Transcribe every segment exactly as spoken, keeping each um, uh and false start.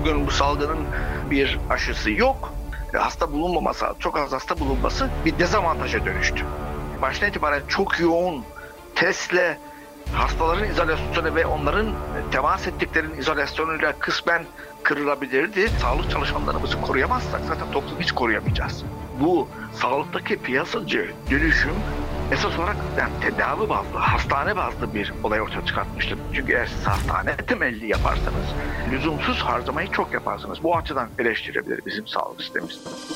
bugün bu salgının bir aşısı yok. Hasta bulunmaması, çok az hasta bulunması bir dezavantaja dönüştü. Baştan itibaren çok yoğun testle hastaların izolasyonu ve onların temas ettiklerinin izolasyonuyla kısmen kırılabilirdi. Sağlık çalışanlarımızı koruyamazsak zaten toplumu hiç koruyamayacağız. Bu sağlıktaki piyasacı dönüşüm esas olarak yani tedavi bazlı, hastane bazlı bir olay ortaya çıkartmıştır. Çünkü eğer siz hastane temelli yaparsanız, lüzumsuz harcamayı çok yaparsınız. Bu açıdan eleştirebilir bizim sağlık sistemimiz.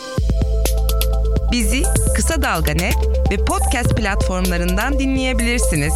Bizi Kısa Dalga Net ve podcast platformlarından dinleyebilirsiniz.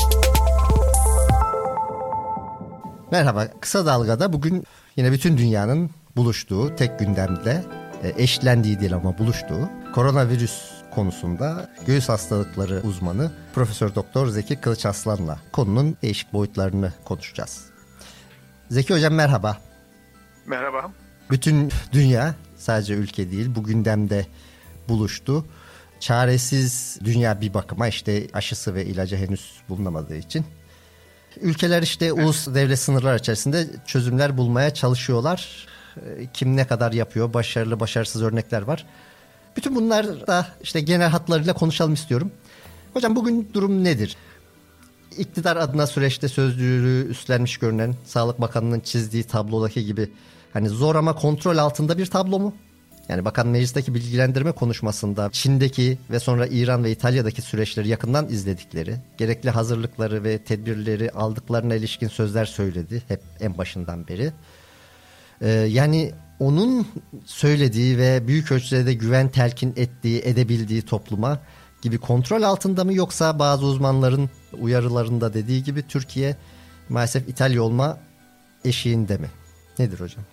Merhaba, Kısa Dalga'da bugün yine bütün dünyanın buluştuğu, tek gündemde eşlendiği değil ama buluştuğu koronavirüs konusunda göğüs hastalıkları uzmanı Profesör Doktor Zeki Kılıçarslan'la konunun değişik boyutlarını konuşacağız. Zeki Hocam merhaba. Merhaba. Bütün dünya, sadece ülke değil, bu gündemde buluştu. Çaresiz dünya bir bakıma, işte aşısı ve ilacı henüz bulunamadığı için. Ülkeler işte ulus devlet sınırlar içerisinde çözümler bulmaya çalışıyorlar. Kim ne kadar yapıyor, başarılı başarısız örnekler var. Bütün bunlar da işte genel hatlarıyla konuşalım istiyorum. Hocam bugün durum nedir? İktidar adına süreçte sözcülüğü üstlenmiş görünen Sağlık Bakanı'nın çizdiği tablodaki gibi hani zor ama kontrol altında bir tablo mu? Yani bakan meclisteki bilgilendirme konuşmasında Çin'deki ve sonra İran ve İtalya'daki süreçleri yakından izledikleri, gerekli hazırlıkları ve tedbirleri aldıklarına ilişkin sözler söyledi hep en başından beri. Ee, yani onun söylediği ve büyük ölçüde de güven telkin ettiği, edebildiği topluma gibi kontrol altında mı, yoksa bazı uzmanların uyarılarında dediği gibi Türkiye maalesef İtalya olma eşiğinde mi? Nedir hocam?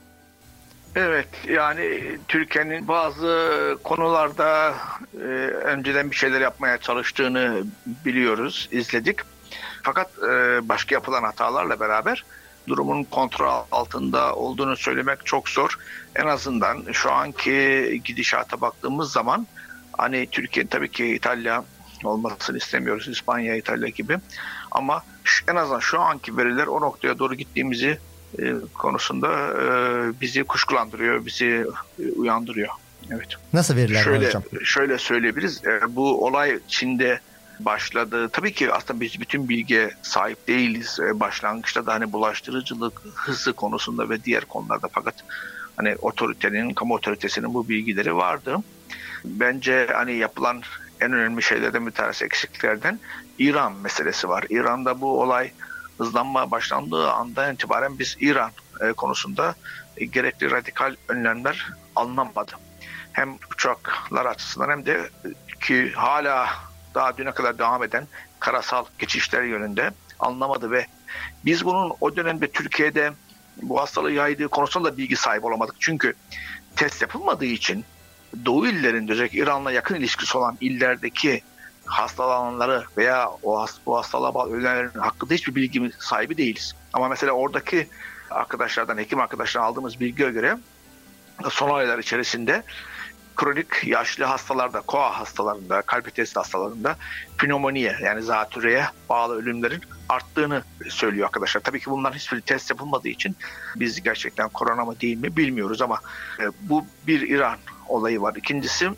Evet, yani Türkiye'nin bazı konularda e, önceden bir şeyler yapmaya çalıştığını biliyoruz, izledik. Fakat e, başka yapılan hatalarla beraber durumun kontrol altında olduğunu söylemek çok zor. En azından şu anki gidişata baktığımız zaman hani Türkiye tabii ki İtalya olmasını istemiyoruz, İspanya, İtalya gibi. Ama en azından şu anki veriler o noktaya doğru gittiğimizi e, konusunda e, bizi kuşkulandırıyor, bizi e, uyandırıyor. Evet. Nasıl veriler şöyle, var hocam? Şöyle söyleyebiliriz. E, bu olay Çin'de başladı. Tabii ki aslında biz bütün bilgiye sahip değiliz. Başlangıçta da hani bulaştırıcılık hızı konusunda ve diğer konularda, fakat hani otoritenin, kamu otoritesinin bu bilgileri vardı. Bence hani yapılan en önemli şeylerden bir tanesi, eksikliklerden İran meselesi var. İran'da bu olay hızlanmaya başlandığı andan itibaren biz İran konusunda gerekli radikal önlemler alınamadı. Hem uçaklar açısından hem de ki hala daha düne kadar devam eden karasal geçişler yönünde alınamadı ve biz bunun o dönemde Türkiye'de bu hastalığı yaydığı konusunda da bilgi sahibi olamadık. Çünkü test yapılmadığı için Doğu illerinde, özellikle İran'la yakın ilişkisi olan illerdeki hastalananları veya o hast- bu hastalığa bağlı ölenlerin hakkında hiçbir bilgi sahibi değiliz. Ama mesela oradaki arkadaşlardan, hekim arkadaşlardan aldığımız bilgiye göre son aylar içerisinde kronik yaşlı hastalarda, koa hastalarında, kalp testi hastalarında pnömoniye yani zatürreye bağlı ölümlerin arttığını söylüyor arkadaşlar. Tabii ki bunların hiçbir test yapılmadığı için biz gerçekten korona mı değil mi bilmiyoruz ama bu bir İran olayı var. İkincisi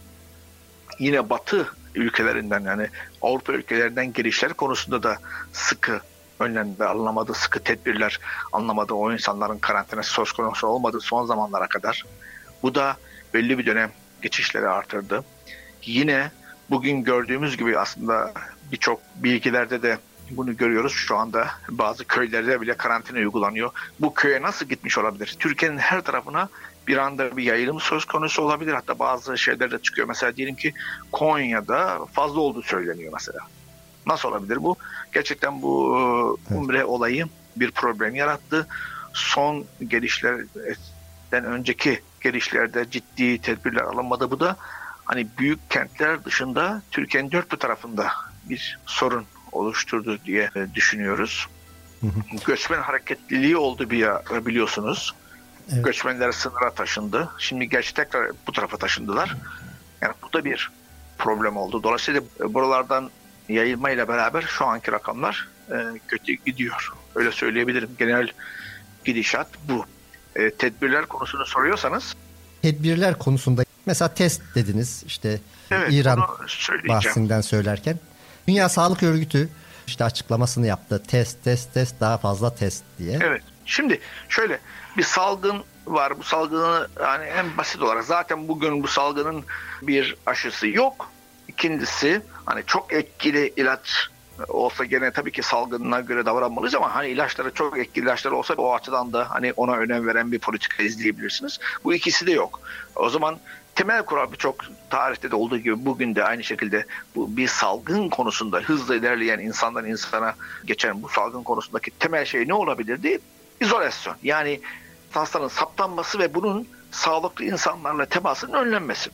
yine Batı ülkelerinden, yani Avrupa ülkelerinden girişler konusunda da sıkı önlemler alınamadı, sıkı tedbirler alınamadı. O insanların karantinası söz konusu olmadı son zamanlara kadar. Bu da belli bir dönem geçişleri artırdı. Yine bugün gördüğümüz gibi aslında birçok bilgilerde de bunu görüyoruz. Şu anda bazı köylerde bile karantina uygulanıyor. Bu köye nasıl gitmiş olabilir? Türkiye'nin her tarafına bir anda bir yayılım söz konusu olabilir. Hatta bazı şeyler de çıkıyor. Mesela diyelim ki Konya'da fazla olduğu söyleniyor mesela. Nasıl olabilir bu? Gerçekten bu Umre olayı bir problem yarattı. Son gelişlerden önceki gelişlerde ciddi tedbirler alınmadı. Bu da hani büyük kentler dışında Türkiye'nin dört bir tarafında bir sorun oluşturdu diye düşünüyoruz. Hı hı. Göçmen hareketliliği oldu bir biliyorsunuz. Evet. Göçmenler sınıra taşındı. Şimdi gerçi tekrar bu tarafa taşındılar. Yani bu da bir problem oldu. Dolayısıyla buralardan yayılmayla beraber şu anki rakamlar e, kötü gidiyor. Öyle söyleyebilirim. Genel gidişat bu. e, tedbirler konusunu soruyorsanız. Tedbirler konusunda mesela test dediniz işte Evet, İran onu bahsinden söylerken. Dünya Sağlık Örgütü işte açıklamasını yaptı. Test, test, test, daha fazla test diye. Evet. Şimdi şöyle bir salgın var. Bu salgını yani en basit olarak zaten bugün bu salgının bir aşısı yok. İkincisi hani çok etkili ilaç olsa gene tabii ki salgınına göre davranmalıyız ama hani ilaçları çok etkili ilaçlar olsa o açıdan da hani ona önem veren bir politika izleyebilirsiniz. Bu ikisi de yok. O zaman temel kural birçok tarihte de olduğu gibi bugün de aynı şekilde bu bir salgın konusunda hızla ilerleyen insandan insana geçen bu salgın konusundaki temel şey ne olabilirdi? İzolasyon. Yani hastanın saptanması ve bunun sağlıklı insanlarla temasının önlenmesi.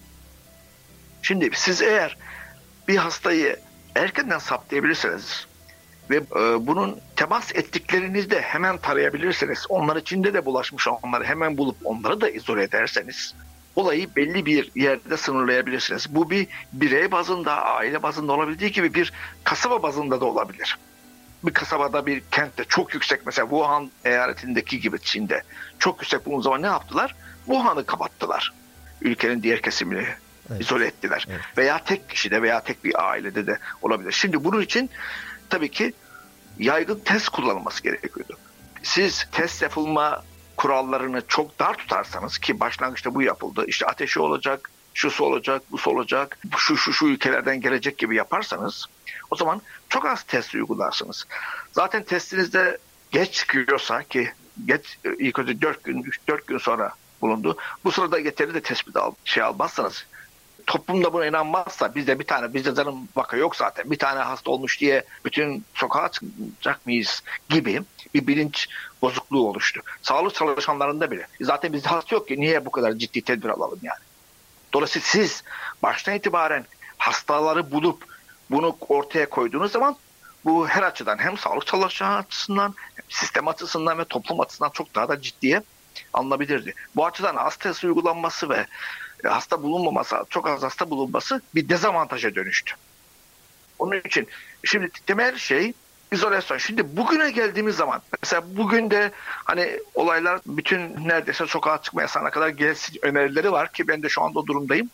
Şimdi siz eğer bir hastayı erkenden saptayabilirseniz ve e, bunun temas ettiklerini de hemen tarayabilirseniz, onlar içinde de bulaşmış onları hemen bulup onları da izole ederseniz olayı belli bir yerde sınırlayabilirsiniz. Bu bir birey bazında, aile bazında olabildiği gibi bir kasaba bazında da olabilir. Bir kasabada, bir kentte çok yüksek, mesela Wuhan eyaletindeki gibi Çin'de çok yüksek bulunduğu zaman ne yaptılar? Wuhan'ı kapattılar. Ülkenin diğer kesimini evet. izole ettiler. Evet. Veya tek kişide veya tek bir ailede de olabilir. Şimdi bunun için tabii ki yaygın test kullanılması gerekiyordu. Siz test yapılma kurallarını çok dar tutarsanız, ki başlangıçta bu yapıldı, işte ateşi olacak, şusu olacak, busu olacak, şu şu şu ülkelerden gelecek gibi yaparsanız o zaman çok az test uygularsınız. Zaten testinizde geç çıkıyorsa, ki geç, ilk önce dört gün, üç dört gün sonra bulundu. Bu sırada yeterli de tespit al, şey almazsanız, toplumda buna inanmazsa, bizde bir tane, bizde canım vaka yok zaten, bir tane hasta olmuş diye bütün sokağa çıkacak mıyız gibi bir bilinç bozukluğu oluştu. Sağlık çalışanlarında bile. Zaten bizde hasta yok ki niye bu kadar ciddi tedbir alalım yani. Dolayısıyla siz baştan itibaren hastaları bulup bunu ortaya koyduğunuz zaman bu her açıdan, hem sağlık çalışanı açısından, hem sistem açısından ve toplum açısından çok daha da ciddiye alınabilirdi. Bu açıdan az test uygulanması ve hasta bulunmaması, çok az hasta bulunması bir dezavantaja dönüştü. Onun için şimdi temel şey izolasyon. Şimdi bugüne geldiğimiz zaman mesela bugün de hani olaylar bütün neredeyse sokağa çıkma yasağına kadar gelsin önerileri var ki ben de şu anda o durumdayım.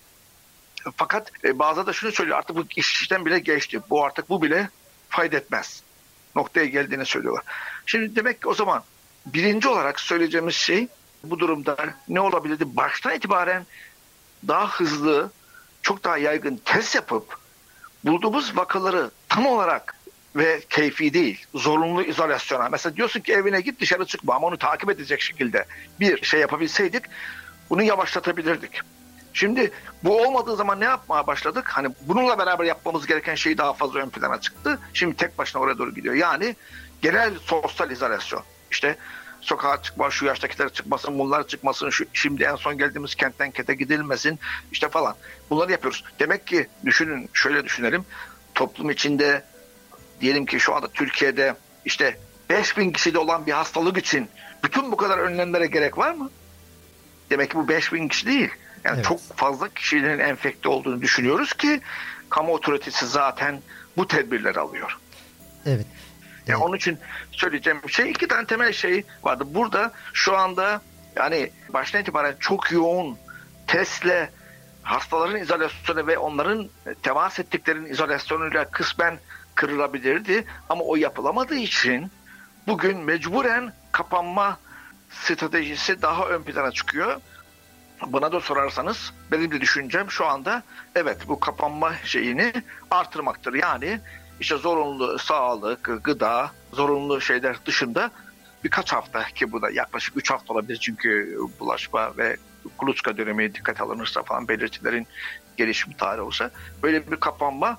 Fakat bazıları da şunu söylüyor, artık bu işten bile geçti. Bu artık bu bile fayda etmez noktaya geldiğini söylüyorlar. Şimdi demek ki o zaman birinci olarak söyleyeceğimiz şey bu durumda ne olabilirdi? Baştan itibaren daha hızlı, çok daha yaygın test yapıp bulduğumuz vakaları tam olarak ve keyfi değil, zorunlu izolasyona. Mesela diyorsun ki evine git, dışarı çıkma, ama onu takip edecek şekilde bir şey yapabilseydik bunu yavaşlatabilirdik. Şimdi bu olmadığı zaman ne yapmaya başladık? Hani bununla beraber yapmamız gereken şey daha fazla ön plana çıktı. Şimdi tek başına oraya doğru gidiyor. Yani genel sosyal izolasyon. İşte sokağa çıkma, şu yaştakiler çıkmasın, bunlar çıkmasın, şu, şimdi en son geldiğimiz kentten kente gidilmesin işte falan. Bunları yapıyoruz. Demek ki düşünün, şöyle düşünelim. Toplum içinde diyelim ki şu anda Türkiye'de işte beş bin kişide olan bir hastalık için bütün bu kadar önlemlere gerek var mı? Demek ki bu beş bin kişi değil. Yani evet. Çok fazla kişilerin enfekte olduğunu düşünüyoruz ki kamu otoritesi zaten bu tedbirleri alıyor. Evet. Yani onun için söyleyeceğim şey, iki tane temel şey vardı. Burada şu anda yani baştan itibaren çok yoğun testle hastaların izolasyonu ve onların temas ettiklerinin izolasyonuyla kısmen kırılabilirdi. Ama o yapılamadığı için bugün mecburen kapanma stratejisi daha ön plana çıkıyor. Bana da sorarsanız benim de düşüncem şu anda evet, bu kapanma şeyini artırmaktır. Yani işte zorunlu sağlık, gıda, zorunlu şeyler dışında birkaç hafta, ki bu da yaklaşık üç hafta olabilir çünkü bulaşma ve kuluçka dönemi dikkat alınırsa falan, belirtilerin gelişim tarihi olsa, böyle bir kapanma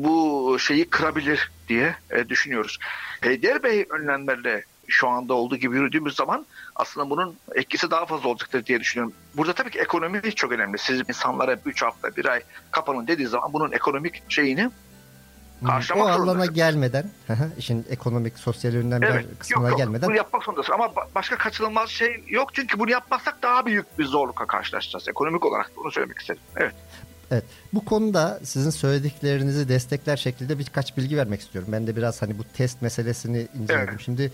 bu şeyi kırabilir diye e, düşünüyoruz. Peyderpey önlemlerle şu anda olduğu gibi yürüdüğümüz zaman aslında bunun etkisi daha fazla olacaktır diye düşünüyorum. Burada tabii ki ekonomi çok önemli. Siz insanlara üç hafta, bir ay kapanın dediği zaman bunun ekonomik şeyini karşılamak o zorundasın. alana gelmeden, işin ekonomik, sosyal önlemler evet, kısmına yok, yok. gelmeden. Bunu yapmak zorundasın ama başka kaçınılmaz şey yok. Çünkü bunu yapmazsak daha büyük bir zorlukla karşılaşacağız. Ekonomik olarak bunu söylemek istedim. Evet. Evet. Bu konuda sizin söylediklerinizi destekler şekilde birkaç bilgi vermek istiyorum. Ben de biraz hani bu test meselesini inceledim. Evet. Şimdi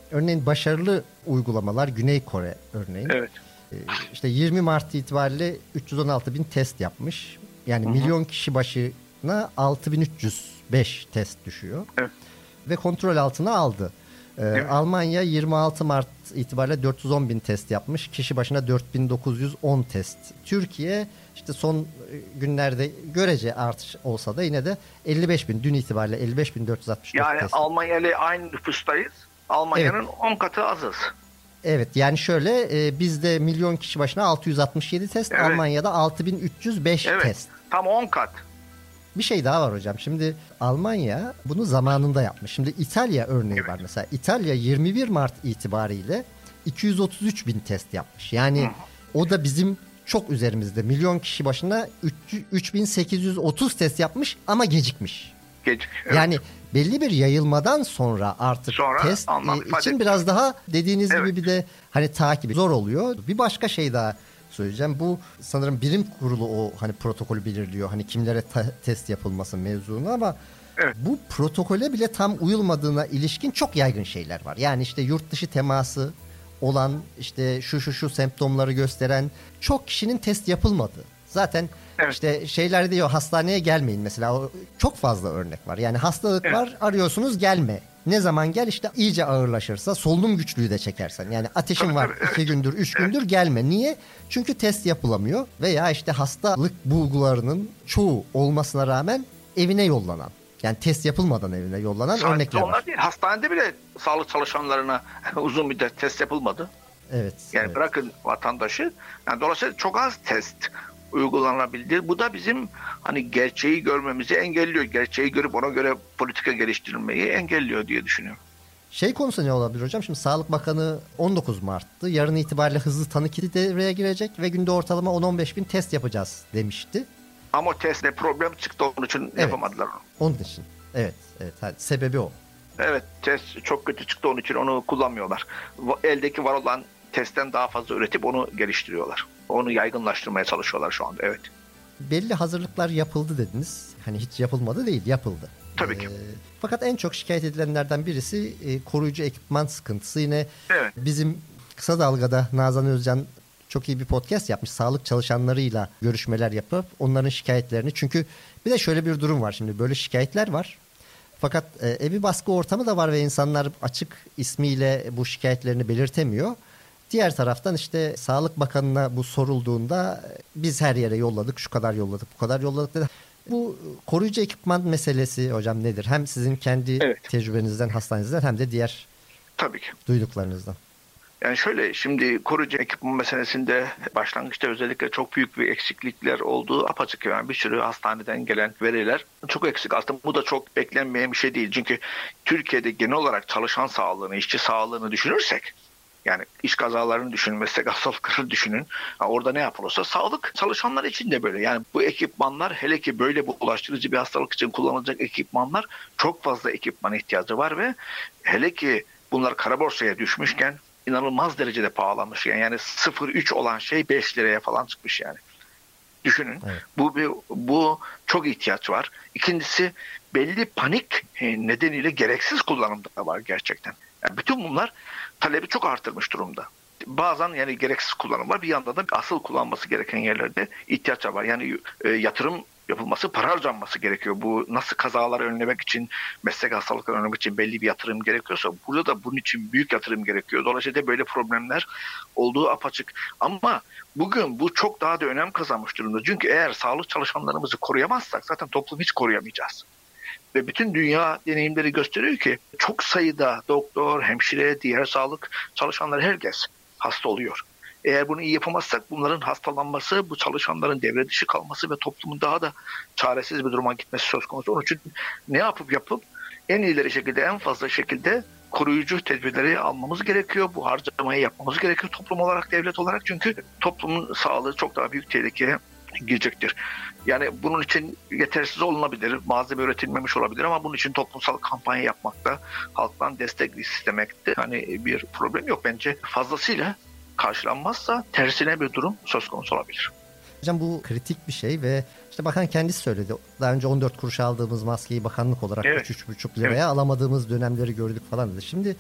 Örneğin başarılı uygulamalar Güney Kore örneğin. Evet. Ee, işte yirmi Mart itibariyle üç yüz on altı bin test yapmış. Yani Hı-hı. milyon kişi başına altı bin üç yüz beş test düşüyor. Evet. Ve kontrol altına aldı. Ee, evet. Almanya yirmi altı Mart itibariyle dört yüz on bin test yapmış. Kişi başına dört bin dokuz yüz on test. Türkiye işte son günlerde görece artış olsa da yine de elli beş bin, dün itibariyle elli beş bin dört yüz altmış dört yani test. Yani Almanya ile aynı nüfustayız. Almanya'nın evet. on katı azız. Evet, yani şöyle e, bizde milyon kişi başına altı yüz altmış yedi test, evet. Almanya'da altı bin üç yüz beş evet. test. Tam on kat. Bir şey daha var hocam. Şimdi Almanya bunu zamanında yapmış. Şimdi İtalya örneği evet. var mesela. İtalya yirmi bir Mart itibariyle iki yüz otuz üç bin test yapmış. Yani Hı. o da bizim çok üzerimizde. Milyon kişi başına üç bin sekiz yüz otuz test yapmış ama gecikmiş. Gecik. Evet. Yani belli bir yayılmadan sonra artık sonra test için ifade biraz daha dediğiniz evet. gibi bir de hani takibi zor oluyor. Bir başka şey daha söyleyeceğim. Bu sanırım bilim kurulu o hani protokolü belirliyor. Hani kimlere ta- test yapılması mevzunu ama evet. bu protokole bile tam uyulmadığına ilişkin çok yaygın şeyler var. Yani işte yurt dışı teması olan, işte şu şu şu semptomları gösteren çok kişinin test yapılmadı. Zaten evet. işte şeyler diyor, hastaneye gelmeyin mesela, o çok fazla örnek var. Yani hastalık evet. var, arıyorsunuz, gelme. Ne zaman gel, işte iyice ağırlaşırsa, solunum güçlüğü de çekersen. Yani ateşin tabii, var tabii, iki evet. gündür, üç evet. gündür gelme. Niye? Çünkü test yapılamıyor veya işte hastalık bulgularının çoğu olmasına rağmen evine yollanan. Yani test yapılmadan evine yollanan sadece örnekler var. Değil, hastanede bile sağlık çalışanlarına uzun müddet test yapılmadı. Evet. Yani evet. bırakın vatandaşı. Yani dolayısıyla çok az test uygulanabildi. Bu da bizim hani gerçeği görmemizi engelliyor. Gerçeği görüp ona göre politika geliştirmeyi engelliyor diye düşünüyorum. Şey konusu ne olabilir hocam? Şimdi Sağlık Bakanı on dokuz Mart'tı. Yarın itibariyle hızlı tanı kiti devreye girecek ve günde ortalama on on beş bin test yapacağız demişti. Ama o testte problem çıktı, onun için evet. yapamadılar onu. Onun için. Evet. evet. Hadi, sebebi o. Evet, test çok kötü çıktı, onun için onu kullanmıyorlar. Eldeki var olan testten daha fazla üretip onu geliştiriyorlar. Onu yaygınlaştırmaya çalışıyorlar şu anda, evet. Belli hazırlıklar yapıldı dediniz. Hani hiç yapılmadı değil, yapıldı. Tabii ki. Ee, fakat en çok şikayet edilenlerden birisi e, koruyucu ekipman sıkıntısı. Yine evet. bizim Kısa Dalga'da Nazan Özcan çok iyi bir podcast yapmış. Sağlık çalışanlarıyla görüşmeler yapıp onların şikayetlerini. Çünkü bir de şöyle bir durum var şimdi. Böyle şikayetler var. Fakat e, bir baskı ortamı da var ve insanlar açık ismiyle bu şikayetlerini belirtemiyor. Diğer taraftan işte Sağlık Bakanı'na bu sorulduğunda biz her yere yolladık, şu kadar yolladık, bu kadar yolladık dedi. Bu koruyucu ekipman meselesi hocam nedir? Hem sizin kendi evet. tecrübenizden, hastanenizden hem de diğer tabii ki duyduklarınızdan. Yani şöyle, şimdi koruyucu ekipman meselesinde başlangıçta özellikle çok büyük bir eksiklikler olduğu apaçık. Yani bir sürü hastaneden gelen veriler çok eksik. Aslında bu da çok beklenmeyen bir şey değil. Çünkü Türkiye'de genel olarak çalışan sağlığını, işçi sağlığını düşünürsek, yani iş kazalarını düşünün, meslek hastalıklarını düşünün. Yani orada ne yapılırsa sağlık çalışanlar için de böyle. Yani bu ekipmanlar, hele ki böyle bu bulaştırıcı bir hastalık için kullanılacak ekipmanlar, çok fazla ekipman ihtiyacı var ve hele ki bunlar kara borsaya düşmüşken inanılmaz derecede pahalanmış. Yani, yani sıfır virgül üç olan şey beş liraya falan çıkmış yani. Düşünün. Evet. Bu bir, bu çok ihtiyaç var. İkincisi, belli panik nedeniyle gereksiz kullanım da var gerçekten. Yani bütün bunlar talebi çok artırmış durumda. Bazen yani gereksiz kullanım var. Bir yanda da asıl kullanması gereken yerlerde ihtiyaç var. Yani e, yatırım yapılması, para harcanması gerekiyor. Bu nasıl kazaları önlemek için, meslek hastalıkları önlemek için belli bir yatırım gerekiyorsa, burada da bunun için büyük yatırım gerekiyor. Dolayısıyla böyle problemler olduğu apaçık. Ama bugün bu çok daha da önem kazanmış durumda. Çünkü eğer sağlık çalışanlarımızı koruyamazsak zaten toplumu hiç koruyamayacağız. Ve bütün dünya deneyimleri gösteriyor ki çok sayıda doktor, hemşire, diğer sağlık çalışanları, herkes hasta oluyor. Eğer bunu iyi yapamazsak bunların hastalanması, bu çalışanların devre dışı kalması ve toplumun daha da çaresiz bir duruma gitmesi söz konusu. Onun için ne yapıp yapıp en iyileri şekilde, en fazla şekilde koruyucu tedbirleri almamız gerekiyor. Bu harcamayı yapmamız gerekiyor toplum olarak, devlet olarak. Çünkü toplumun sağlığı çok daha büyük tehlikeye girecektir. Yani bunun için yetersiz olunabilir, malzeme üretilmemiş olabilir ama bunun için toplumsal kampanya yapmakta, halktan destek istemekte hani bir problem yok. Bence fazlasıyla karşılanmazsa tersine bir durum söz konusu olabilir. Hocam bu kritik bir şey ve işte bakan kendisi söyledi. Daha önce on dört kuruş aldığımız maskeyi bakanlık olarak evet. üç üç buçuk liraya evet. alamadığımız dönemleri gördük falan dedi. Şimdi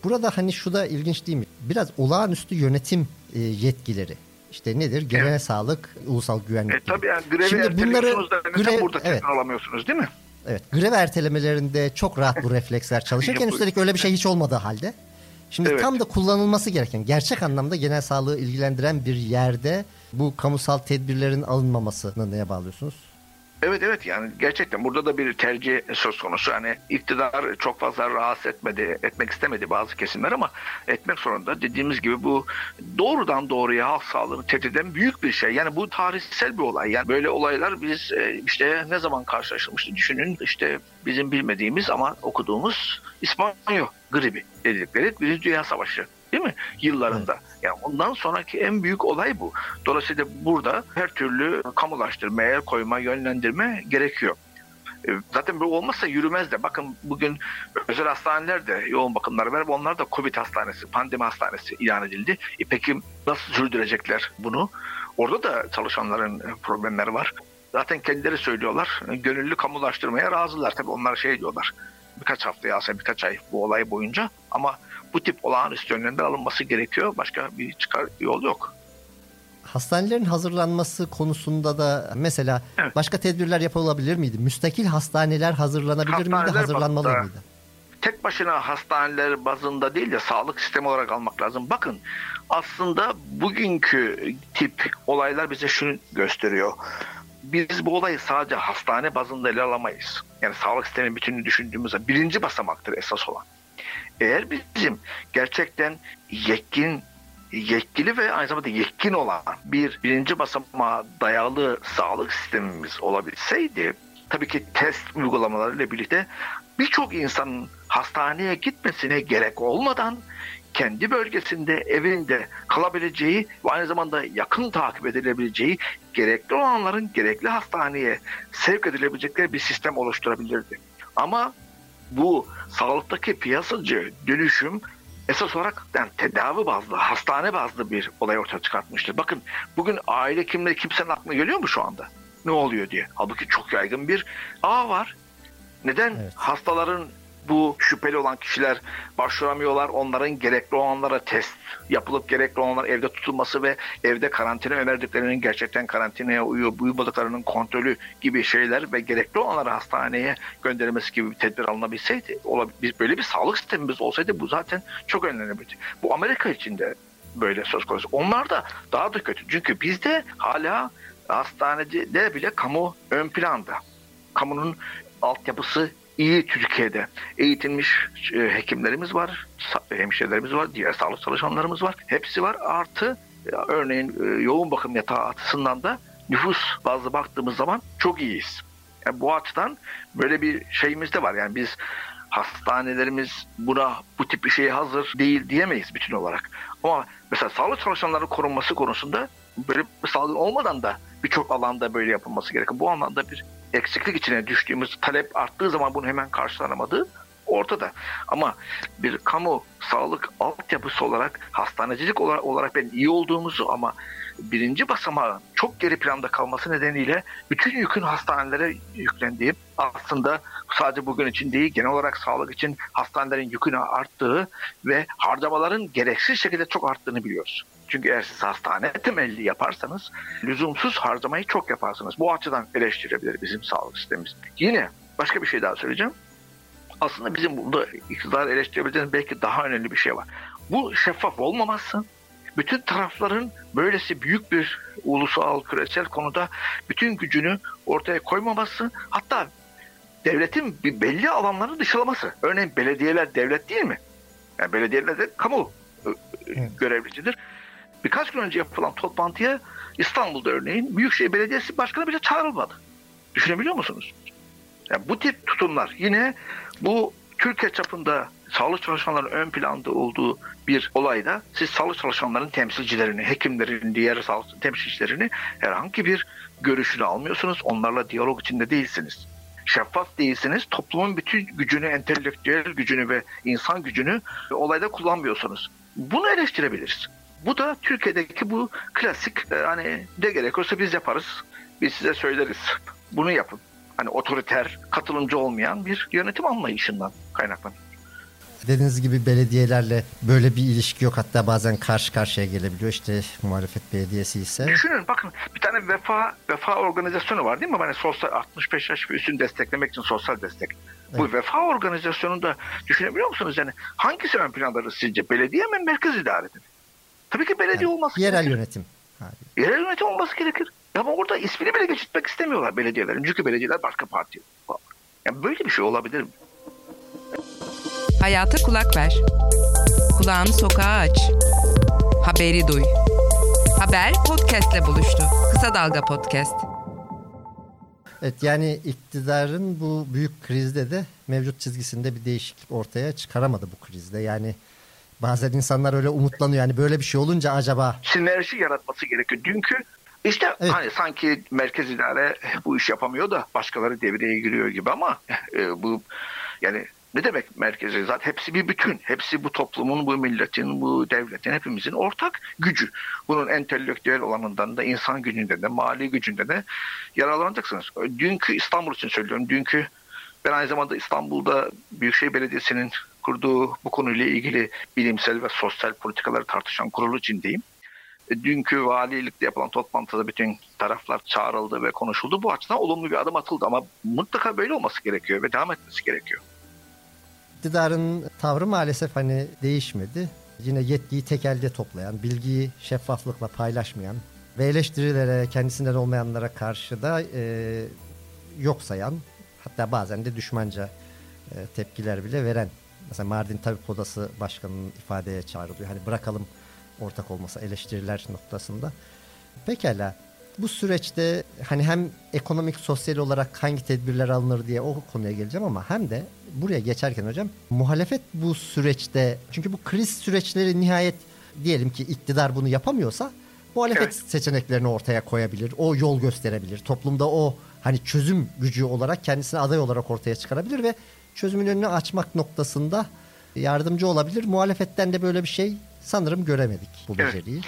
Burada hani şu da ilginç değil mi? Biraz olağanüstü yönetim e, yetkileri. İşte nedir? Genel evet. sağlık, ulusal güvenlik. E, tabii yani grevi Şimdi bunları da grev, burada evet. alamıyorsunuz değil mi? Evet. Grev ertelemelerinde çok rahat bu refleksler çalışırken üstelik öyle bir şey hiç olmadığı halde. Şimdi evet. tam da kullanılması gereken, gerçek anlamda genel sağlığı ilgilendiren bir yerde bu kamusal tedbirlerin alınmamasını neye bağlıyorsunuz? Evet evet yani gerçekten burada da bir tercih söz konusu. Yani iktidar çok fazla rahatsız etmedi, etmek istemedi bazı kesimler ama etmek zorunda. Dediğimiz gibi bu doğrudan doğruya halk sağlığını tehdit eden büyük bir şey. Yani bu tarihsel bir olay. Yani böyle olaylar biz işte ne zaman karşılaşılmıştı düşünün. İşte bizim bilmediğimiz ama okuduğumuz İspanya gribi dedikleri Birinci Dünya Savaşı. Değil mi? Yıllarında. Evet. Yani ondan sonraki en büyük olay bu. Dolayısıyla burada her türlü kamulaştırma, el koyma, yönlendirme gerekiyor. Zaten bu olmazsa yürümez de. Bakın bugün özel hastaneler de yoğun bakımlar var. Onlar da Covid hastanesi, pandemi hastanesi ilan edildi. E peki nasıl sürdürecekler bunu? Orada da çalışanların problemleri var. Zaten kendileri söylüyorlar. Gönüllü kamulaştırmaya razılar. Tabii onlar şey diyorlar. Birkaç haftaya aslında birkaç ay bu olay boyunca ama bu tip olağanüstü önlemler alınması gerekiyor. Başka bir çıkar yol yok. Hastanelerin hazırlanması konusunda da mesela evet. başka tedbirler yapılabilir miydi? Müstakil hastaneler hazırlanabilir hastaneler miydi? Hazırlanmalı bazında, mıydı? Tek başına hastaneler bazında değil de sağlık sistemi olarak almak lazım. Bakın aslında bugünkü tip olaylar bize şunu gösteriyor. Biz bu olayı sadece hastane bazında ele alamayız. Yani sağlık sisteminin bütününü düşündüğümüzde birinci basamaktır esas olan. Eğer bizim gerçekten yetkin, yetkili ve aynı zamanda yetkin olan bir birinci basamağa dayalı sağlık sistemimiz olabilseydi, tabii ki test uygulamalarıyla birlikte birçok insanın hastaneye gitmesine gerek olmadan kendi bölgesinde, evinde kalabileceği ve aynı zamanda yakın takip edilebileceği, gerekli olanların gerekli hastaneye sevk edilebilecekleri bir sistem oluşturabilirdi. Ama bu sağlıktaki piyasacı dönüşüm esas olarak yani tedavi bazlı, hastane bazlı bir olay ortaya çıkartmıştır. Bakın bugün aile hekimleri kimsenin aklına geliyor mu şu anda? Ne oluyor diye. Halbuki çok yaygın bir ağ var. Neden evet. hastaların bu şüpheli olan kişiler başvuramıyorlar? Onların gerekli olanlara test yapılıp gerekli olanlar evde tutulması ve evde karantina önerdiklerinin gerçekten karantinaya uyup uyumadıklarının kontrolü gibi şeyler ve gerekli olanları hastaneye gönderilmesi gibi bir tedbir alınabilseydi, böyle bir sağlık sistemimiz olsaydı bu zaten çok önemliydi. Bu Amerika için de böyle söz konusu. Onlar da daha da kötü. Çünkü bizde hala hastanede bile kamu ön planda. Kamunun altyapısı İyi Türkiye'de eğitilmiş e, hekimlerimiz var, hemşirelerimiz var, diğer sağlık çalışanlarımız var. Hepsi var. Artı e, örneğin e, yoğun bakım yatağı açısından da nüfus bazlı baktığımız zaman çok iyiyiz. Yani bu açıdan böyle bir şeyimiz de var. Yani biz hastanelerimiz buna bu tip bir şeye hazır değil diyemeyiz bütün olarak. Ama mesela sağlık çalışanlarının korunması konusunda böyle bir salgın olmadan da birçok alanda böyle yapılması gerekiyor. Bu anlamda bir eksiklik içine düştüğümüz, talep arttığı zaman bunu hemen karşılanamadığı ortada. Ama bir kamu sağlık altyapısı olarak, hastanecilik olarak, olarak ben iyi olduğumuzu ama birinci basamağın çok geri planda kalması nedeniyle bütün yükün hastanelere yüklendiği, aslında sadece bugün için değil, genel olarak sağlık için hastanelerin yükünü arttığı ve harcamaların gereksiz şekilde çok arttığını biliyoruz. Çünkü eğer siz hastane temelli yaparsanız lüzumsuz harcamayı çok yaparsınız. Bu açıdan eleştirebilir bizim sağlık sistemimiz. Yine başka bir şey daha söyleyeceğim. Aslında bizim burada iktidar eleştirebileceğimiz belki daha önemli bir şey var. Bu şeffaf olmaması, bütün tarafların böylesi büyük bir ulusal, küresel konuda bütün gücünü ortaya koymaması, hatta devletin bir belli alanları dışlaması. Örneğin belediyeler devlet değil mi? Yani belediyeler de kamu evet. görevlisidir. Birkaç gün önce yapılan toplantıya İstanbul'da örneğin Büyükşehir Belediyesi Başkanı bile çağrılmadı. Düşünebiliyor musunuz? Yani bu tip tutumlar yine bu Türkiye çapında sağlık çalışanlarının ön planda olduğu bir olayda siz sağlık çalışanlarının temsilcilerini, hekimlerin, diğer sağlık temsilcilerini herhangi bir görüşünü almıyorsunuz. Onlarla diyalog içinde değilsiniz. Şeffaf değilsiniz. Toplumun bütün gücünü, entelektüel gücünü ve insan gücünü olayda kullanmıyorsunuz. Bunu eleştirebiliriz. Bu da Türkiye'deki bu klasik hani ne gerekiyorsa biz yaparız. Biz size söyleriz. Bunu yapın. Hani otoriter, katılımcı olmayan bir yönetim anlayışından kaynaklanıyor. dediğiniz gibi belediyelerle böyle bir ilişki yok. Hatta bazen karşı karşıya gelebiliyor. İşte muhalefet belediyesi ise. Düşünün bakın, bir tane vefa vefa organizasyonu var değil mi? Hani sosyal altmış beş yaş ve üstünü desteklemek için sosyal destek. Evet. Bu vefa organizasyonunda düşünebiliyor musunuz? Yani hangisi ön plandadır sizce? Belediye mi, merkez idare mi? Tabii ki belediye yani, olması yerel gerekir. Yönetim. Abi. Yerel yönetim olması gerekir. Ama orada ismini bile geçirtmek istemiyorlar belediyelerin. Çünkü belediyeler başka parti. Yani böyle bir şey olabilir mi? Hayata kulak ver. Kulağını sokağa aç. Haberi duy. Haber podcast'le buluştu. Kısa Dalga Podcast. Evet, yani iktidarın bu büyük krizde de mevcut çizgisinde bir değişiklik ortaya çıkaramadı bu krizde. Yani bazen insanlar öyle umutlanıyor. Yani böyle bir şey olunca acaba... Sinerji yaratması gerekiyor. Dünkü işte evet. Hani sanki merkez idare bu iş yapamıyor da başkaları devreye giriyor gibi ama e, bu yani ne demek merkezi? Zaten hepsi bir bütün. Hepsi bu toplumun, bu milletin, bu devletin, hepimizin ortak gücü. Bunun entelektüel olanından da, insan gücünden de, mali gücünden de yararlanacaksınız. Dünkü İstanbul için söylüyorum. Dünkü ben aynı zamanda İstanbul'da Büyükşehir Belediyesi'nin kurduğu bu konuyla ilgili bilimsel ve sosyal politikaları tartışan kurulu içindeyim. Dünkü valilikte yapılan toplantıda bütün taraflar çağrıldı ve konuşuldu. Bu açıdan olumlu bir adım atıldı ama mutlaka böyle olması gerekiyor ve devam etmesi gerekiyor. İktidarın tavrı maalesef hani değişmedi. Yine yetkiyi tek elde toplayan, bilgiyi şeffaflıkla paylaşmayan ve eleştirilere, kendisinden olmayanlara karşı da e, yok sayan, hatta bazen de düşmanca e, tepkiler bile veren. Mesela Mardin Tabip Odası Başkanı'nın ifadeye çağrılıyor. Hani bırakalım ortak olmasa eleştiriler noktasında. Pekala. Bu süreçte hani hem ekonomik, sosyal olarak hangi tedbirler alınır diye o konuya geleceğim ama hem de buraya geçerken hocam muhalefet bu süreçte, çünkü bu kriz süreçleri nihayet diyelim ki iktidar bunu yapamıyorsa muhalefet evet. seçeneklerini ortaya koyabilir, o yol gösterebilir. Toplumda o hani çözüm gücü olarak kendisini aday olarak ortaya çıkarabilir ve çözümün önünü açmak noktasında yardımcı olabilir. Muhalefetten de böyle bir şey sanırım göremedik bu evet. beceriyi.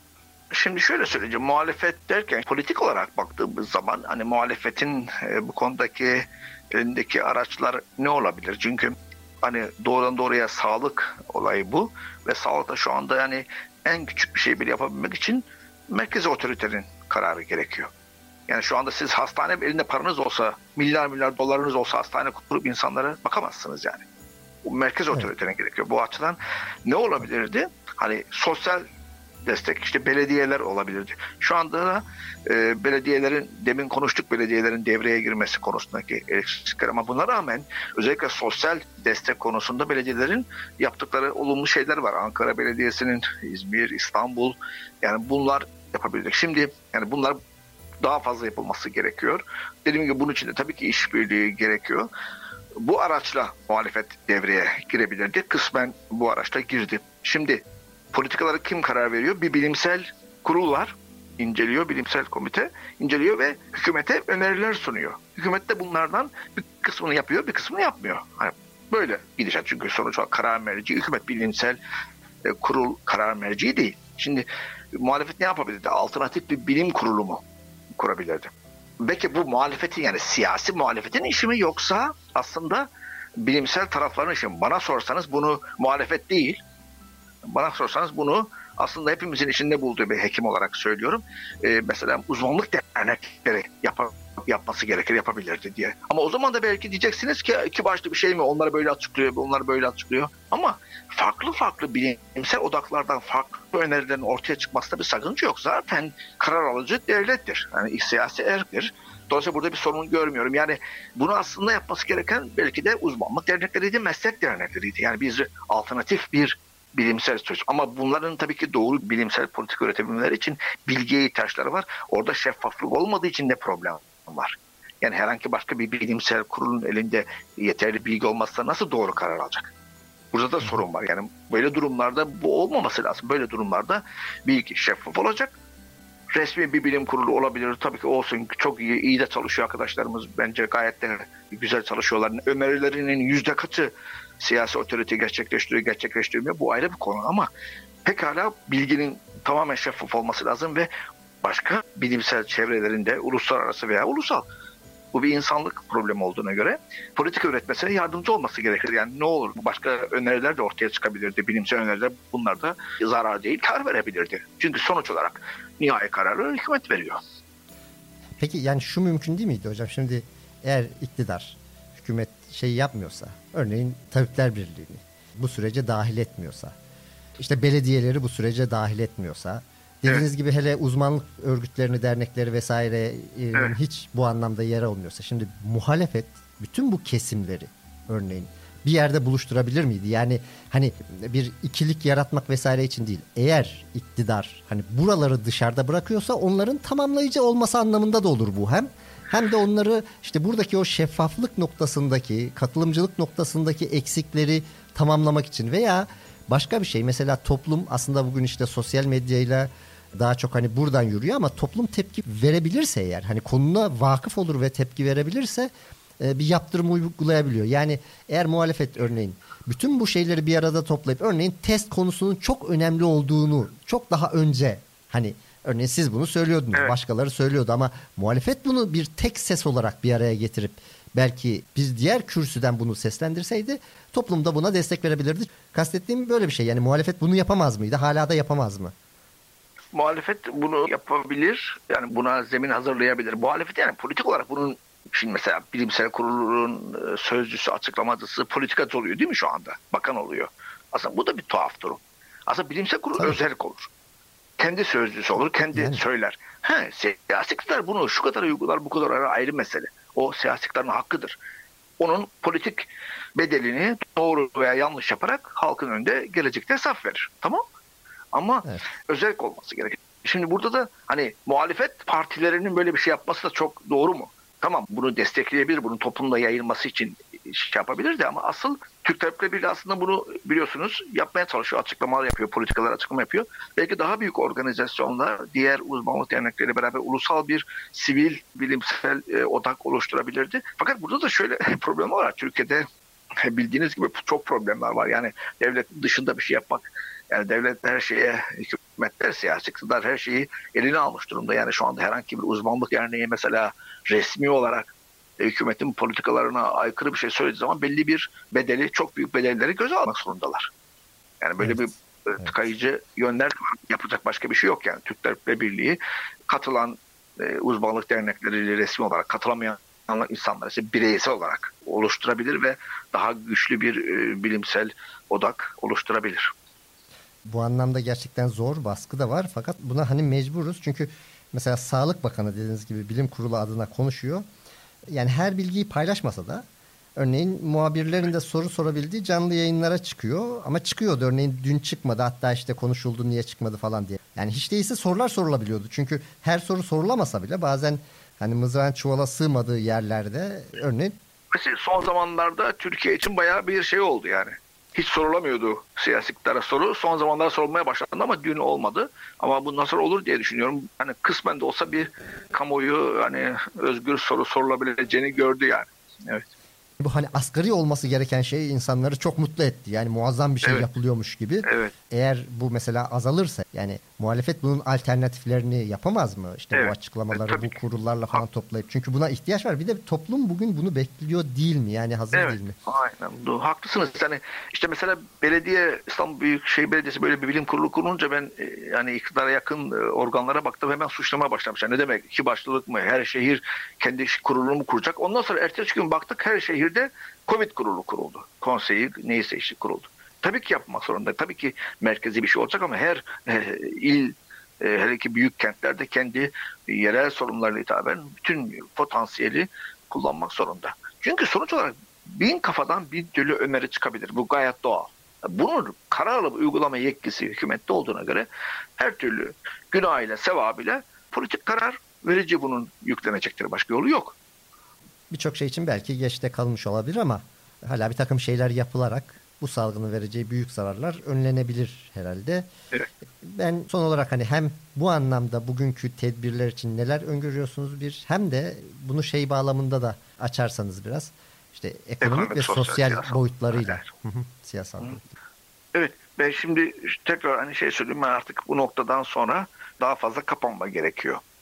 Şimdi şöyle söyleyeceğim, muhalefet derken politik olarak baktığımız zaman hani muhalefetin e, bu konudaki elindeki araçlar ne olabilir? Çünkü hani doğrudan doğruya sağlık olayı bu ve sağlıkta şu anda yani en küçük bir şey bile yapabilmek için merkezi otoritenin kararı gerekiyor. Yani şu anda siz hastane elinde paranız olsa, milyar milyar dolarınız olsa hastane kurup insanlara bakamazsınız yani. Bu merkez otoritenin evet. gerekiyor. Bu açıdan ne olabilirdi? Hani sosyal destek, işte belediyeler olabilirdi. Şu anda da e, belediyelerin, demin konuştuk belediyelerin devreye girmesi konusundaki eksiklikler ama buna rağmen özellikle sosyal destek konusunda belediyelerin yaptıkları olumlu şeyler var. Ankara Belediyesi'nin, İzmir, İstanbul, yani bunlar yapabildik. Şimdi yani bunlar daha fazla yapılması gerekiyor. Dediğim gibi bunun için de tabii ki işbirliği gerekiyor. Bu araçla muhalefet devreye girebilirdi. Kısmen bu araçla girdi. Şimdi politikaları kim karar veriyor? Bir bilimsel kurul var. İnceliyor, bilimsel komite inceliyor ve hükümete öneriler sunuyor. Hükümet de bunlardan bir kısmını yapıyor, bir kısmını yapmıyor. Yani böyle gidecek çünkü sonuç olarak karar merci, hükümet bilimsel e, kurul karar merci değil. Şimdi muhalefet ne yapabilirdi? Alternatif bir bilim kurulu mu kurabilirdi? Belki bu muhalefetin, yani siyasi muhalefetin işi mi, yoksa aslında bilimsel tarafların işi mi? Bana sorsanız bunu muhalefet değil, bana sorsanız bunu aslında hepimizin içinde bulduğu bir hekim olarak söylüyorum. Ee, mesela uzmanlık dernekleri yap yapması gerekir, yapabilirdi diye. Ama o zaman da belki diyeceksiniz ki iki başlı bir şey mi? Onları böyle açıklıyor, onları böyle açıklıyor. Ama farklı farklı bilimsel odaklardan farklı önerilerin ortaya çıkmasında bir sakınca yok. Zaten karar alıcı devlettir. Yani siyasi erktir. Dolayısıyla burada bir sorun görmüyorum. Yani bunu aslında yapması gereken belki de uzmanlık dernekleriydi, meslek dernekleriydi. Yani biz alternatif bir bilimsel süreç. Ama bunların tabii ki doğru bilimsel politik üretebilmeleri için bilgiye ihtiyaçları var. Orada şeffaflık olmadığı için de problem var. Yani herhangi başka bir bilimsel kurulun elinde yeterli bilgi olmazsa nasıl doğru karar alacak? Burada da sorun var. Yani böyle durumlarda bu olmaması lazım. Böyle durumlarda bilgi şeffaf olacak. Resmi bir bilim kurulu olabilir. Tabii ki olsun. Çok iyi, iyi de çalışıyor arkadaşlarımız. Bence gayet de güzel çalışıyorlar. Önerilerinin yüzde kaçı siyasi otorite gerçekleştiriyor, gerçekleştirmiyor. Bu ayrı bir konu ama pekala bilginin tamamen şeffaf olması lazım ve başka bilimsel çevrelerinde uluslararası veya ulusal Bu bir insanlık problemi olduğuna göre politika üretmesine yardımcı olması gerekir. Yani ne olur, başka öneriler de ortaya çıkabilirdi. Bilimsel öneriler, bunlar da zarar değil, kar verebilirdi. Çünkü sonuç olarak nihai kararı hükümet veriyor. Peki yani şu mümkün değil miydi hocam? Şimdi eğer iktidar, hükümet şey yapmıyorsa, örneğin Tabipler Birliği'ni bu sürece dahil etmiyorsa, işte belediyeleri bu sürece dahil etmiyorsa, dediğiniz evet. gibi hele uzmanlık örgütlerini, dernekleri vesaire evet. hiç bu anlamda yer olmuyorsa, şimdi muhalefet bütün bu kesimleri örneğin bir yerde buluşturabilir miydi? Yani hani bir ikilik yaratmak vesaire için değil. Eğer iktidar hani buraları dışarıda bırakıyorsa onların tamamlayıcı olması anlamında da olur bu hem. Hem de onları işte buradaki o şeffaflık noktasındaki, katılımcılık noktasındaki eksikleri tamamlamak için veya başka bir şey. Mesela toplum aslında bugün işte sosyal medyayla daha çok hani buradan yürüyor ama toplum tepki verebilirse eğer hani konuna vakıf olur ve tepki verebilirse bir yaptırım uygulayabiliyor. Yani eğer muhalefet örneğin bütün bu şeyleri bir arada toplayıp örneğin test konusunun çok önemli olduğunu çok daha önce hani örneğin siz bunu söylüyordunuz, evet. başkaları söylüyordu ama muhalefet bunu bir tek ses olarak bir araya getirip belki biz diğer kürsüden bunu seslendirseydi toplum da buna destek verebilirdi. Kastettiğim böyle bir şey. Yani muhalefet bunu yapamaz mıydı? Hala da yapamaz mı? Muhalefet bunu yapabilir. Yani buna zemin hazırlayabilir. Muhalefet yani politik olarak bunun şimdi mesela bilimsel kurulun sözcüsü, açıklamacısı politikacı oluyor değil mi şu anda? Bakan oluyor. Aslında bu da bir tuhaf durum. Aslında bilimsel kurul Tabii. özerk olur. Kendi sözcüsü olur, kendi yani. söyler. He, siyasi iktidar bunu şu kadar uygular, bu kadar ayrı mesele. O siyasi iktidarın hakkıdır. Onun politik bedelini doğru veya yanlış yaparak halkın önünde gelecekte hesap verir. Tamam? Ama evet. özerk olması gerekir. Şimdi burada da hani muhalefet partilerinin böyle bir şey yapması da çok doğru mu? Tamam, bunu destekleyebilir, bunun toplumda yayılması için şey yapabilir de ama asıl Türk Tabipleri Birliği aslında bunu biliyorsunuz yapmaya çalışıyor, açıklamalar yapıyor, politikalar açıklama yapıyor. Belki daha büyük organizasyonlar, diğer uzmanlık dernekleri beraber ulusal bir sivil bilimsel e, odak oluşturabilirdi. Fakat burada da şöyle problem var. Türkiye'de bildiğiniz gibi çok problemler var. Yani devlet dışında bir şey yapmak, yani devlet her şeye, hükümetler, siyasi iktidar her şeyi eline almış durumda. Yani şu anda herhangi bir uzmanlık derneği mesela resmi olarak hükümetin politikalarına aykırı bir şey söylediği zaman belli bir bedeli, çok büyük bedelleri göze almak zorundalar. Yani böyle evet, bir evet. tıkayıcı yönler yapacak başka bir şey yok yani. Türk Tabipleri Birliği katılan e, uzmanlık dernekleri resmi olarak katılamayan insanlar ise bireysel olarak oluşturabilir ve daha güçlü bir e, bilimsel odak oluşturabilir. Bu anlamda gerçekten zor, baskı da var fakat buna hani mecburuz çünkü mesela Sağlık Bakanı dediğiniz gibi bilim kurulu adına konuşuyor. Yani her bilgiyi paylaşmasa da örneğin muhabirlerin de soru sorabildiği canlı yayınlara çıkıyor ama çıkıyordu. Örneğin dün çıkmadı, hatta işte konuşuldu niye çıkmadı falan diye. Yani hiç değilse sorular sorulabiliyordu. Çünkü her soru sorulamasa bile bazen hani mızrağın çuvala sığmadığı yerlerde örneğin. Mesela son zamanlarda Türkiye için bayağı bir şey oldu yani. Hiç sorulamıyordu siyasi iktidara soru. Son zamanlarda sorulmaya başlandı ama dün olmadı. Ama bu nasıl olur diye düşünüyorum. Hani kısmen de olsa bir kamuoyu hani özgür soru sorulabileceğini gördü yani. Evet. Bu hani asgari olması gereken şey insanları çok mutlu etti. Yani muazzam bir şey evet. yapılıyormuş gibi. Evet. Eğer bu mesela azalırsa yani muhalefet bunun alternatiflerini yapamaz mı? İşte evet. bu açıklamaları evet, bu kurullarla falan ha. toplayıp. Çünkü buna ihtiyaç var. Bir de toplum bugün bunu bekliyor değil mi? Yani hazır evet. değil mi? Aynen. Haklısınız. Yani işte mesela belediye, İstanbul Büyükşehir Belediyesi böyle bir bilim kurulu kurulunca ben yani iktidara yakın organlara baktım, hemen suçlamaya başlamışlar. Ne demek? İki başlılık mı? Her şehir kendi kurulunu mu kuracak? Ondan sonra ertesi gün baktık her şehir de Covid kurulu kuruldu. Konseyi neyse işte kuruldu. Tabii ki yapmak zorunda. Tabii ki merkezi bir şey olacak ama her e, il, e, hele ki büyük kentlerde kendi yerel sorunlarla hitaben bütün potansiyeli kullanmak zorunda. Çünkü sonuç olarak bin kafadan bin türlü öneri çıkabilir. Bu gayet doğal. Bunun kararlı uygulama yetkisi hükümette olduğuna göre her türlü günahıyla, sevabıyla politik karar verici bunun yüklenecektir. Başka yolu yok. Birçok şey için belki geçte kalmış olabilir ama hala bir takım şeyler yapılarak bu salgının vereceği büyük zararlar önlenebilir herhalde. Evet. Ben son olarak hani hem bu anlamda bugünkü tedbirler için neler öngörüyorsunuz bir, hem de bunu şey bağlamında da açarsanız biraz işte ekonomik, ekonomik ve sosyal, sosyal siyasal boyutlarıyla. Evet. Siyasal boyutlar. Evet, ben şimdi tekrar hani şey söyleyeyim, ben artık bu noktadan sonra daha fazla kapanma gerekiyor.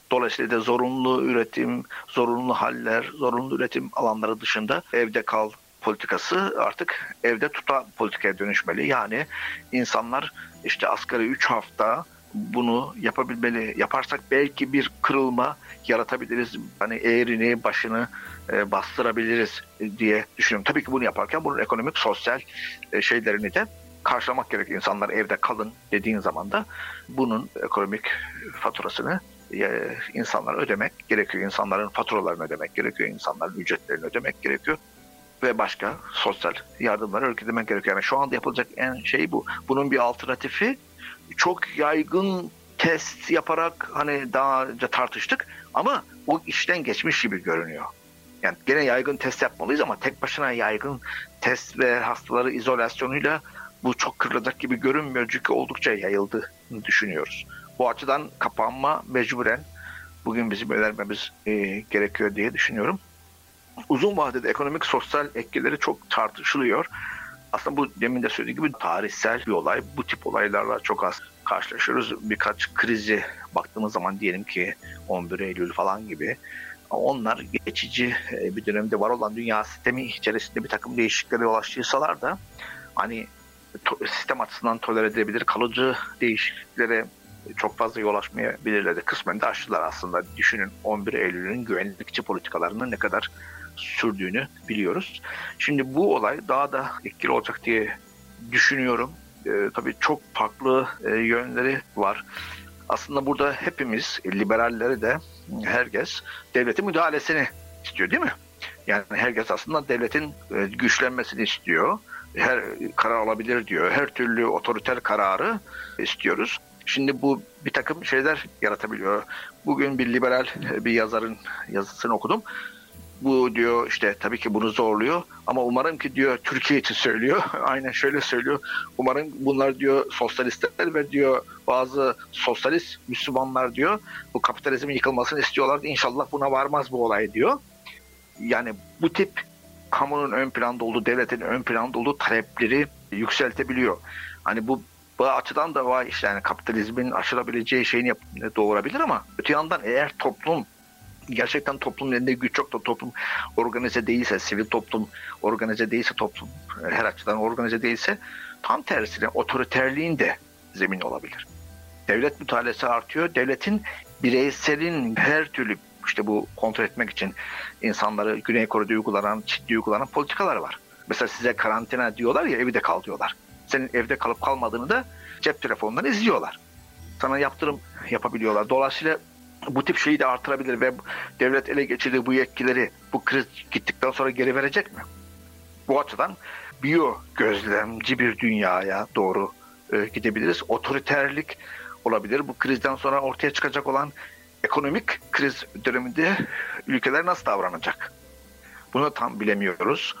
Dolayısıyla da zorunlu üretim, zorunlu haller, zorunlu üretim alanları dışında evde kal politikası artık evde tutan politikaya dönüşmeli. Yani insanlar işte asgari üç hafta bunu yapabilmeli. Yaparsak belki bir kırılma yaratabiliriz. Hani eğrini, başını e, bastırabiliriz diye düşünüyorum. Tabii ki bunu yaparken bunun ekonomik, sosyal e, şeylerini de karşılamak gerekiyor. İnsanlar evde kalın dediğin zaman da bunun ekonomik faturasını e, insanlar ödemek gerekiyor. İnsanların faturalarını ödemek gerekiyor. İnsanların ücretlerini ödemek gerekiyor. Ve başka sosyal yardımları ödemek gerekiyor. Yani şu anda yapılacak en şey bu. Bunun bir alternatifi çok yaygın test yaparak hani daha önce tartıştık ama o işten geçmiş gibi görünüyor. Yani gene yaygın test yapmalıyız ama tek başına yaygın test ve hastaları izolasyonuyla bu çok kırılacak gibi görünmüyor çünkü oldukça yayıldığını düşünüyoruz. Bu açıdan kapanma mecburen bugün bizim önermemiz e, gerekiyor diye düşünüyorum. Uzun vadede ekonomik sosyal etkileri çok tartışılıyor. Aslında bu demin de söylediğim gibi tarihsel bir olay. Bu tip olaylarla çok az karşılaşıyoruz. Birkaç krizi baktığımız zaman diyelim ki on bir Eylül falan gibi. Onlar geçici bir dönemde var olan dünya sistemi içerisinde bir takım değişikliklere yol açtıysalar da hani to- sistem açısından tolere edilebilir kalıcı değişikliklere çok fazla yol açmayabilirler de kısmen de açtılar aslında. Düşünün on bir Eylül'ün güvenlikçi politikalarının ne kadar sürdüğünü biliyoruz. Şimdi bu olay daha da etkili olacak diye düşünüyorum. Ee, tabii çok farklı e, yönleri var. Aslında burada hepimiz, liberalleri de herkes devletin müdahalesini istiyor değil mi? Yani herkes aslında devletin e, güçlenmesini istiyor. Her karar alabilir diyor. Her türlü otoriter kararı istiyoruz. Şimdi bu bir takım şeyler yaratabiliyor. Bugün bir liberal bir yazarın yazısını okudum. Bu diyor işte tabii ki bunu zorluyor ama umarım ki diyor Türkiye için söylüyor. Aynen şöyle söylüyor. Umarım bunlar diyor sosyalistler ve diyor bazı sosyalist Müslümanlar diyor bu kapitalizmin yıkılmasını istiyorlar. İnşallah buna varmaz bu olay diyor. Yani bu tip kamunun ön planda olduğu, devletin ön planda olduğu talepleri yükseltebiliyor. Hani bu bu açıdan da var işte yani kapitalizmin aşılabileceği şeyini yap- doğurabilir ama öte yandan eğer toplum gerçekten toplumun elinde güç yok da toplum organize değilse, sivil toplum organize değilse, toplum her açıdan organize değilse tam tersine otoriterliğin de zemin olabilir. Devlet müdahalesi artıyor. Devletin bireyselin her türlü işte bu kontrol etmek için insanları Güney Kore'de uygulanan, Çin'de uygulanan politikalar var. Mesela size karantina diyorlar ya evde kal diyorlar. Senin evde kalıp kalmadığını da cep telefonundan izliyorlar. Sana yaptırım yapabiliyorlar. Dolayısıyla bu tip şeyi de artırabilir ve devlet ele geçirdiği bu yetkileri bu kriz gittikten sonra geri verecek mi? Bu açıdan biyo gözlemci bir dünyaya doğru e, gidebiliriz. Otoriterlik olabilir. Bu krizden sonra ortaya çıkacak olan ekonomik kriz döneminde ülkeler nasıl davranacak? Bunu tam bilemiyoruz.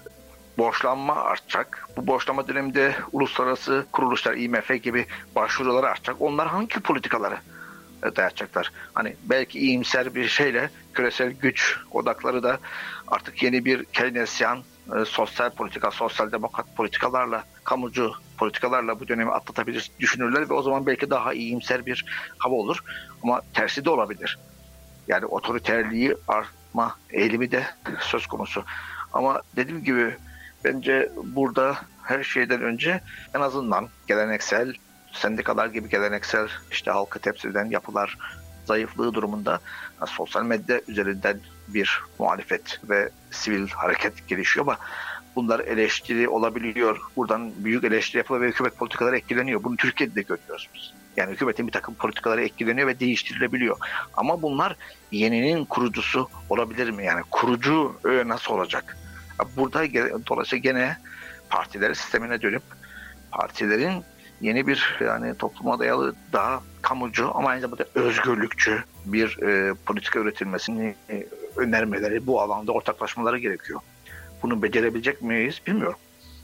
Borçlanma artacak. Bu borçlanma döneminde uluslararası kuruluşlar, I M F gibi başvuruları artacak. Onlar hangi politikaları dayatacaklar? Hani belki iyimser bir şeyle küresel güç odakları da artık yeni bir Keynesyen e, sosyal politika, sosyal demokrat politikalarla, kamucu politikalarla bu dönemi atlatabilir düşünürler ve o zaman belki daha iyimser bir hava olur. Ama tersi de olabilir. Yani otoriterliği artma eğilimi de söz konusu. Ama dediğim gibi bence burada her şeyden önce en azından geleneksel sendikalar gibi geleneksel işte halkı temsil eden yapılar zayıflığı durumunda yani sosyal medya üzerinden bir muhalefet ve sivil hareket gelişiyor ama bunlar eleştiri olabiliyor. Buradan büyük eleştiri yapılıyor ve hükümet politikaları etkileniyor. Bunu Türkiye'de de görüyoruz biz. Yani hükümetin bir takım politikaları etkileniyor ve değiştirilebiliyor. Ama bunlar yeninin kurucusu olabilir mi? Yani kurucu nasıl olacak? Burada dolayısıyla gene partiler sistemine dönüp partilerin yeni bir yani topluma dayalı daha kamucu ama aynı zamanda özgürlükçü bir e, politika üretilmesini e, önermeleri, bu alanda ortaklaşmaları gerekiyor. Bunu becerebilecek miyiz bilmiyorum.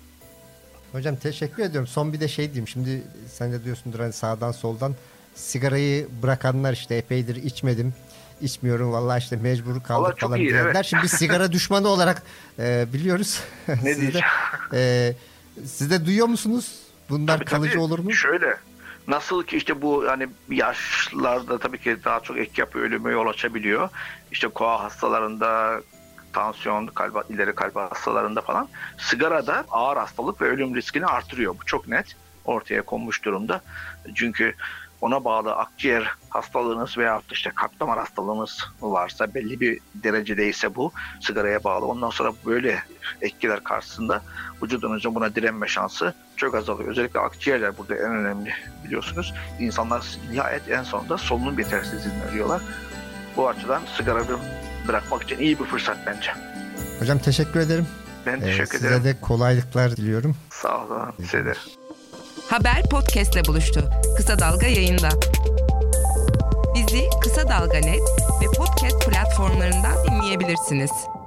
Hocam teşekkür ediyorum. Son bir de şey diyeyim. Şimdi sen de diyorsundur hani sağdan soldan sigarayı bırakanlar işte epeydir içmedim. İçmiyorum vallahi işte mecbur kaldık falan iyi, diyenler. evet. Şimdi biz sigara düşmanı olarak e, biliyoruz. Ne siz de, e, siz de duyuyor musunuz? Bunlar tabii, kalıcı tabii. olur mu? Şöyle, Nasıl ki işte bu yani yaşlılarda tabii ki daha çok ek yapı ölümü yol açabiliyor. İşte koa hastalarında, tansiyon, kalp, ileri kalp hastalarında falan sigarada ağır hastalık ve ölüm riskini artırıyor. Bu çok net ortaya konmuş durumda. Çünkü ona bağlı akciğer hastalığınız veya işte kalp damar hastalığınız varsa, belli bir derecedeyse bu sigaraya bağlı. Ondan sonra böyle etkiler karşısında vücudunuzun buna direnme şansı çok azalıyor. Özellikle akciğerler burada en önemli, biliyorsunuz. İnsanlar nihayet en sonunda solunum yetersizliğinden ölüyorlar. Bu açıdan sigarayı bırakmak için iyi bir fırsat bence. Hocam teşekkür ederim. Ben teşekkür ee, size ederim. Size de kolaylıklar diliyorum. Sağ olun. Size de. Haber podcast'le buluştu. Kısa Dalga yayında. Bizi Kısa Dalga Net ve podcast platformlarından dinleyebilirsiniz.